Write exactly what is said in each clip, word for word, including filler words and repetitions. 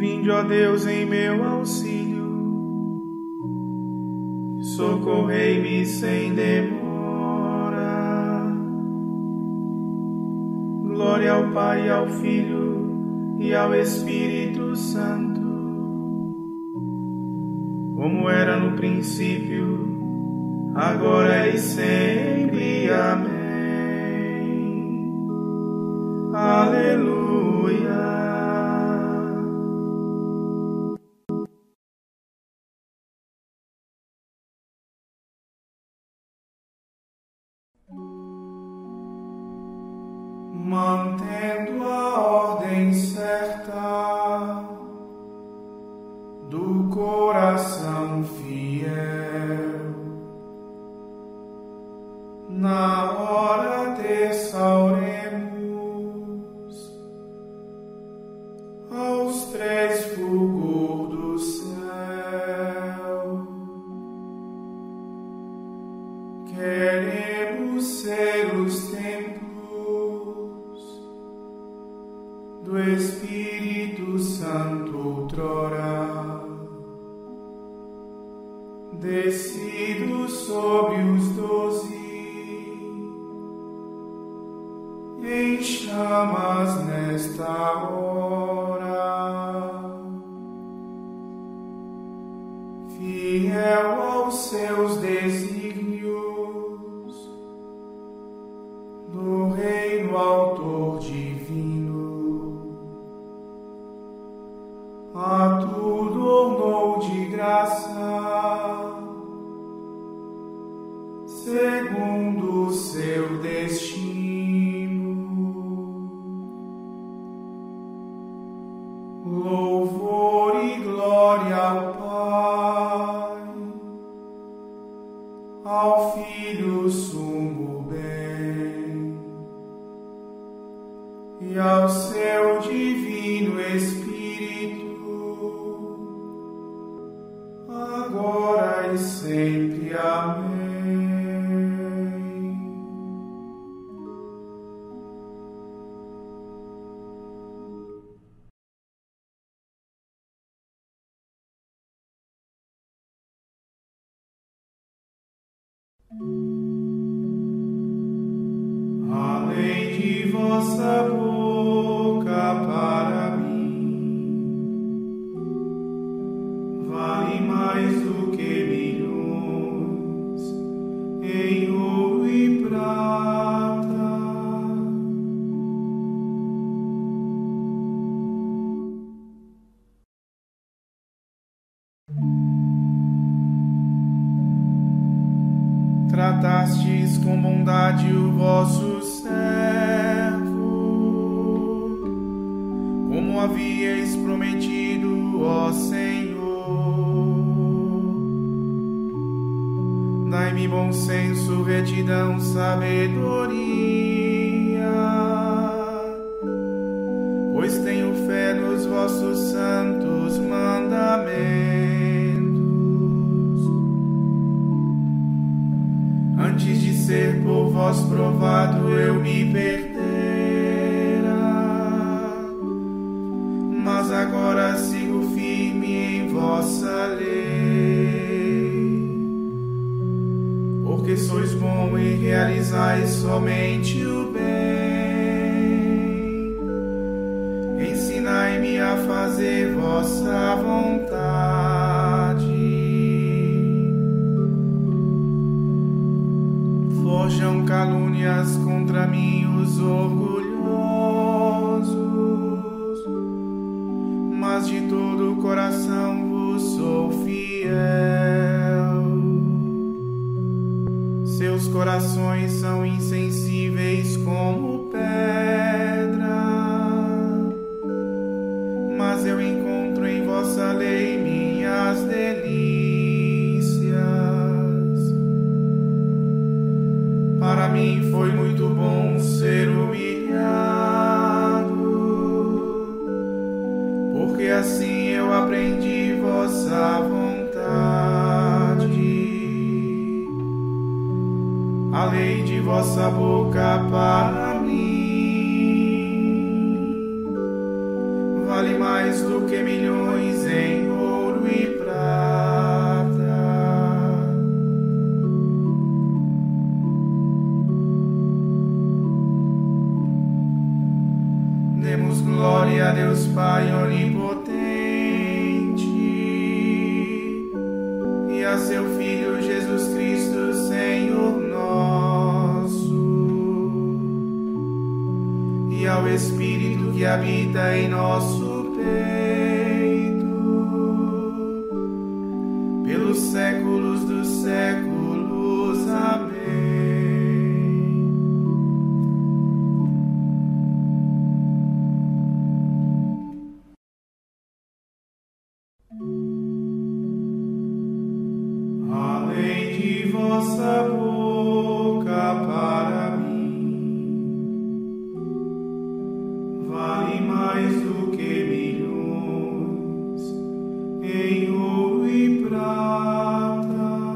Vinde, ó Deus, em meu auxílio, socorrei-me sem demora. Glória ao Pai, ao Filho e ao Espírito Santo, como era no princípio, agora e sempre. Amém. Aleluia. Mantendo a ordem certa do coração fiel, na hora terçauremos aos três fulgor do céu. Queremos ser os templos do Espírito Santo outrora, descido sobre os doze em chamas nesta hora, fiel aos seus desígnios, do reino autor divino, a tudo ornou de graça, segundo o seu destino. Louvor e glória ao Pai, ao Filho sumo bem, e ao seu divino Espírito, agora e sempre. Amém. Além de vossa boca para mim, vale mais do que milhões em ouro e prata. Tratastes com bondade o vosso servo, como havíeis prometido, ó Senhor. Dai-me bom senso, retidão, sabedoria, pois tenho fé nos vossos santos mandamentos. Antes de ser por vós provado, eu me perdera, mas agora sigo firme em vossa lei, porque sois bom e realizais somente o bem. Ensinai-me a fazer vossa vontade. Forjam calúnias contra mim os orgulhosos, mas de todo o coração vos sou fiel. Seus corações são insensíveis como pedra, mas eu encontro em vossa lei minhas delícias. Para mim foi muito bom ser humilhado, porque assim eu aprendi vossa vontade. A lei de vossa boca para mim vale mais do que milhões em ouro e prata. Demos glória a Deus Pai onipotente e a seu Filho Jesus Cristo, Senhor nosso, e ao Espírito que habita em nosso peito, pelos séculos dos séculos. Amém. Além de vossa boca para mim, vale mais do que milhões em ouro e prata.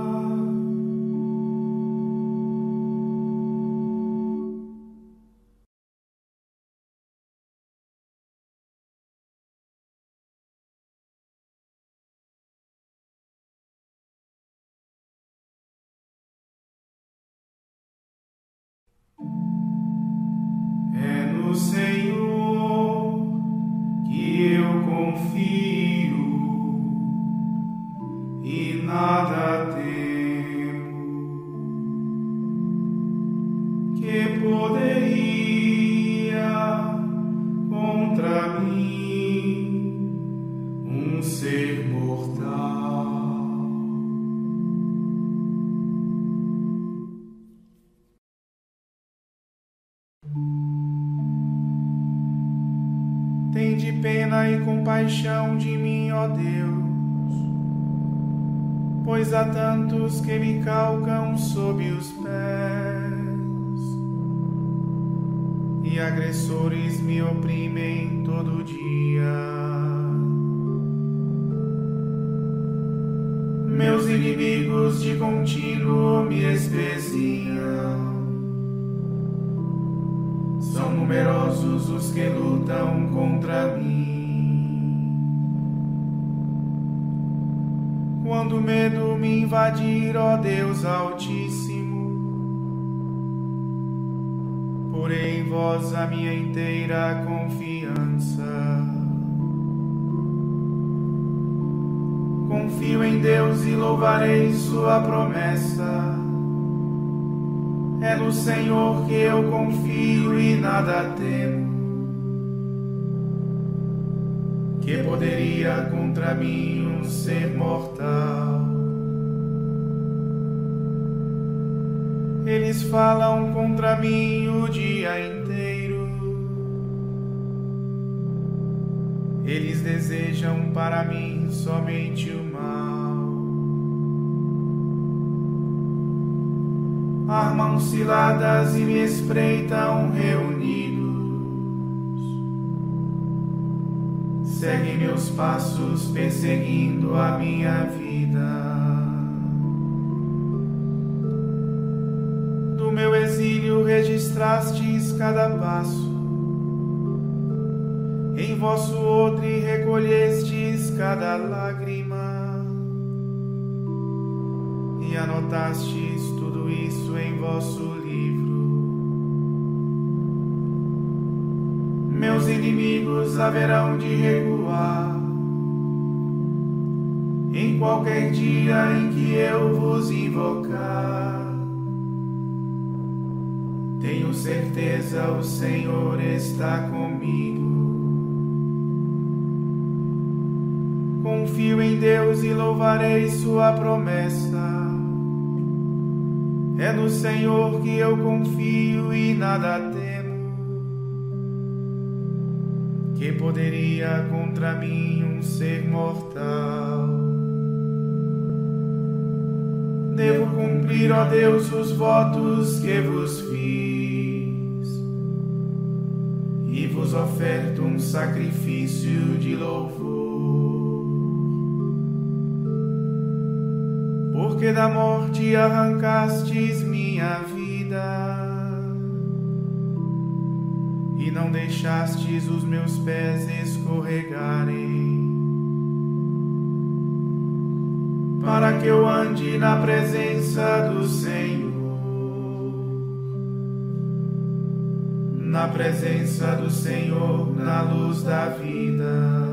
É no Senhor que eu confio e nada temo. Que poderia contra mim um ser mortal? Tende pena e compaixão de mim, ó Deus, pois há tantos que me calcam sob os pés, e agressores me oprimem todo dia. Meus inimigos de contínuo me espezinham. São numerosos os que lutam contra mim. Quando o medo me invadir, ó Deus Altíssimo, porei em vós a minha inteira confiança. Confio em Deus e louvarei sua promessa. É no Senhor que eu confio e nada temo. Que poderia contra mim um ser mortal? Eles falam contra mim o dia inteiro. Eles desejam para mim somente o mal. Armam ciladas e me espreitam reunidos. Seguem meus passos perseguindo a minha vida. Do meu exílio registrastes cada passo. Em vosso odre recolhestes cada lágrima. E anotastes tudo isso em vosso livro. Meus inimigos haverão de recuar em qualquer dia em que eu vos invocar. Tenho certeza, o Senhor está comigo. Confio em Deus e louvarei sua promessa. É no Senhor que eu confio e nada temo. Que poderia contra mim um ser mortal? Devo cumprir, ó Deus, os votos que vos fiz, e vos oferto um sacrifício de louvor. Porque da morte arrancastes minha vida, e não deixastes os meus pés escorregarem, para que eu ande na presença do Senhor, na presença do Senhor, na luz da vida.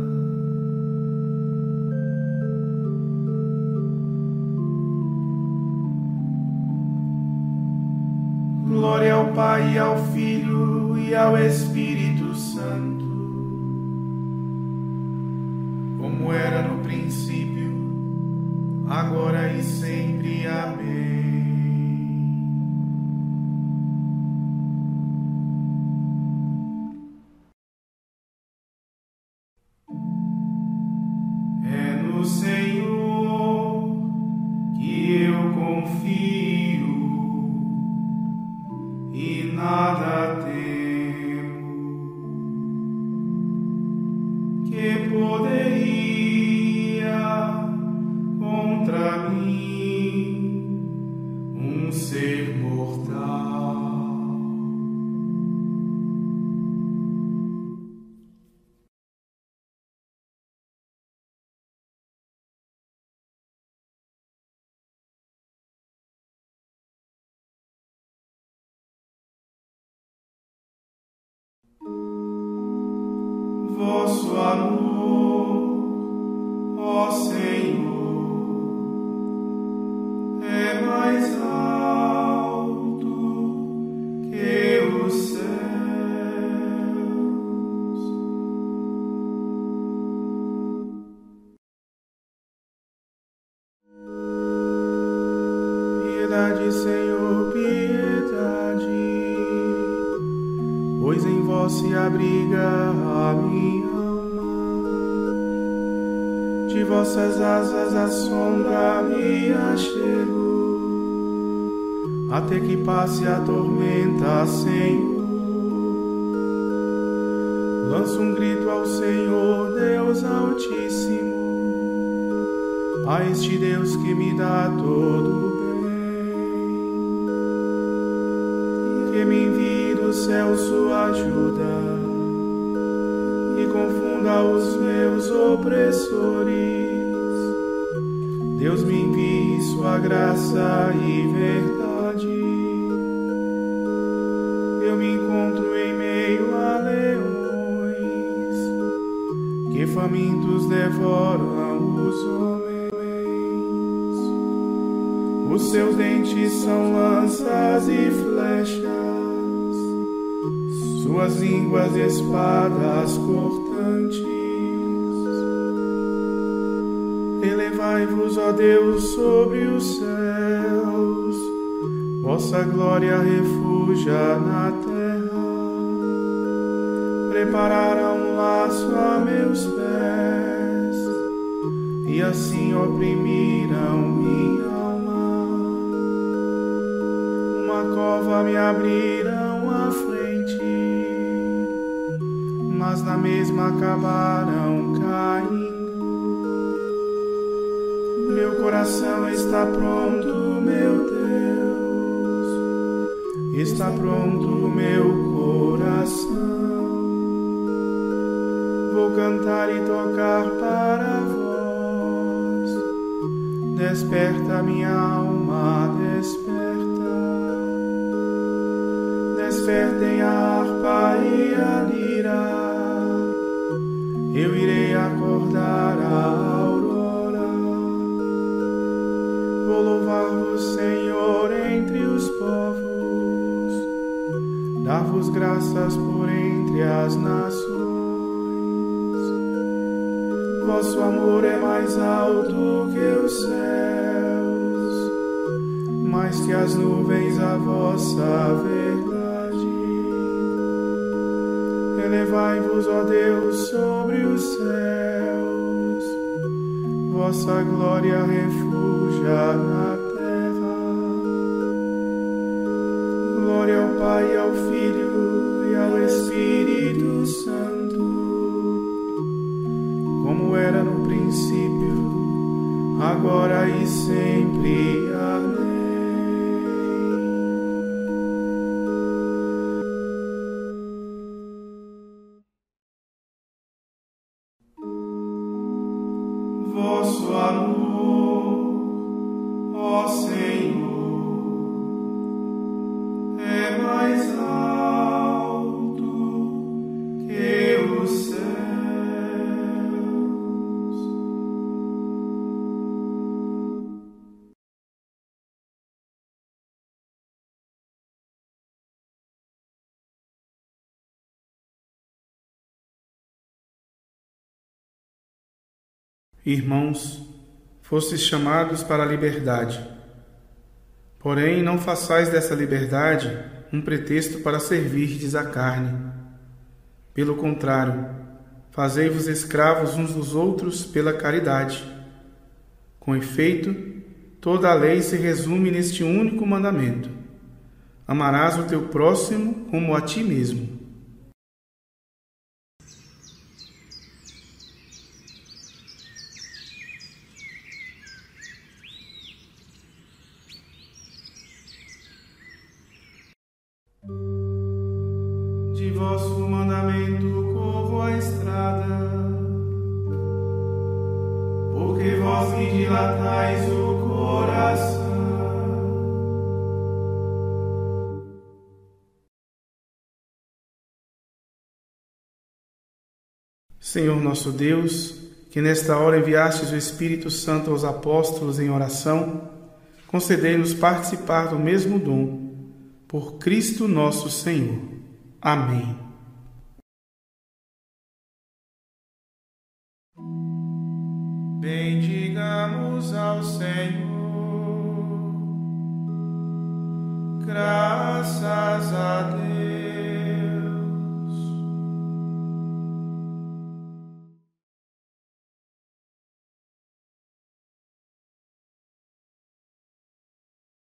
Glória ao Pai, e ao Filho e ao Espírito Santo, como era no princípio, agora e sempre. Amém. É no Senhor que eu confio e nada temo, que poderia contra mim um ser mortal. Vosso amor, ó Senhor, é mais alto que os céus. Piedade, Senhor, piedade, pois em vós se abriga a minha alma. De vossas asas a sombra me achego, até que passe a tormenta, Senhor. Lanço um grito ao Senhor, Deus Altíssimo, a este Deus que me dá todo o bem, que me envie do céu sua ajuda e confunda os meus opressores. Deus me envie sua graça e verdade. Eu me encontro em meio a leões, que famintos devoram os homens. Os seus dentes são lanças e flechas, suas línguas espadas cortantes. Elevai-vos, ó Deus, sobre os céus, vossa glória refugia na terra. Prepararam um laço a meus pés, e assim oprimiram minha alma. Uma cova me abriram à frente, mas na mesma acabaram caindo. Meu coração está pronto, meu Deus, está pronto meu coração. Vou cantar e tocar para vós. Desperta minha alma, desperta. Despertem a harpa e a lira. Eu irei acordar a aurora. Vou louvar-vos, Senhor, entre os povos, dar-vos graças por entre as nações. Vosso amor é mais alto que os céus, mais que as nuvens a vossa verdade. Elevai-vos, ó Deus, sobre os céus, vossa glória refugia na terra. Glória ao Pai, ao Filho e ao Espírito Santo, como era no princípio, agora e sempre. Amém. vosso amor, ó Senhor, é mais alto que os céus. Irmãos, fostes chamados para a liberdade. Porém, não façais dessa liberdade um pretexto para servirdes à carne. Pelo contrário, fazei-vos escravos uns dos outros pela caridade. Com efeito, toda a lei se resume neste único mandamento: amarás o teu próximo como a ti mesmo. De vosso mandamento corro a estrada, porque vós me dilatais o coração. Senhor nosso Deus, que nesta hora enviastes o Espírito Santo aos apóstolos em oração, concedei-nos participar do mesmo dom. Por Cristo nosso Senhor. Amém. Bendigamos ao Senhor, graças a Deus.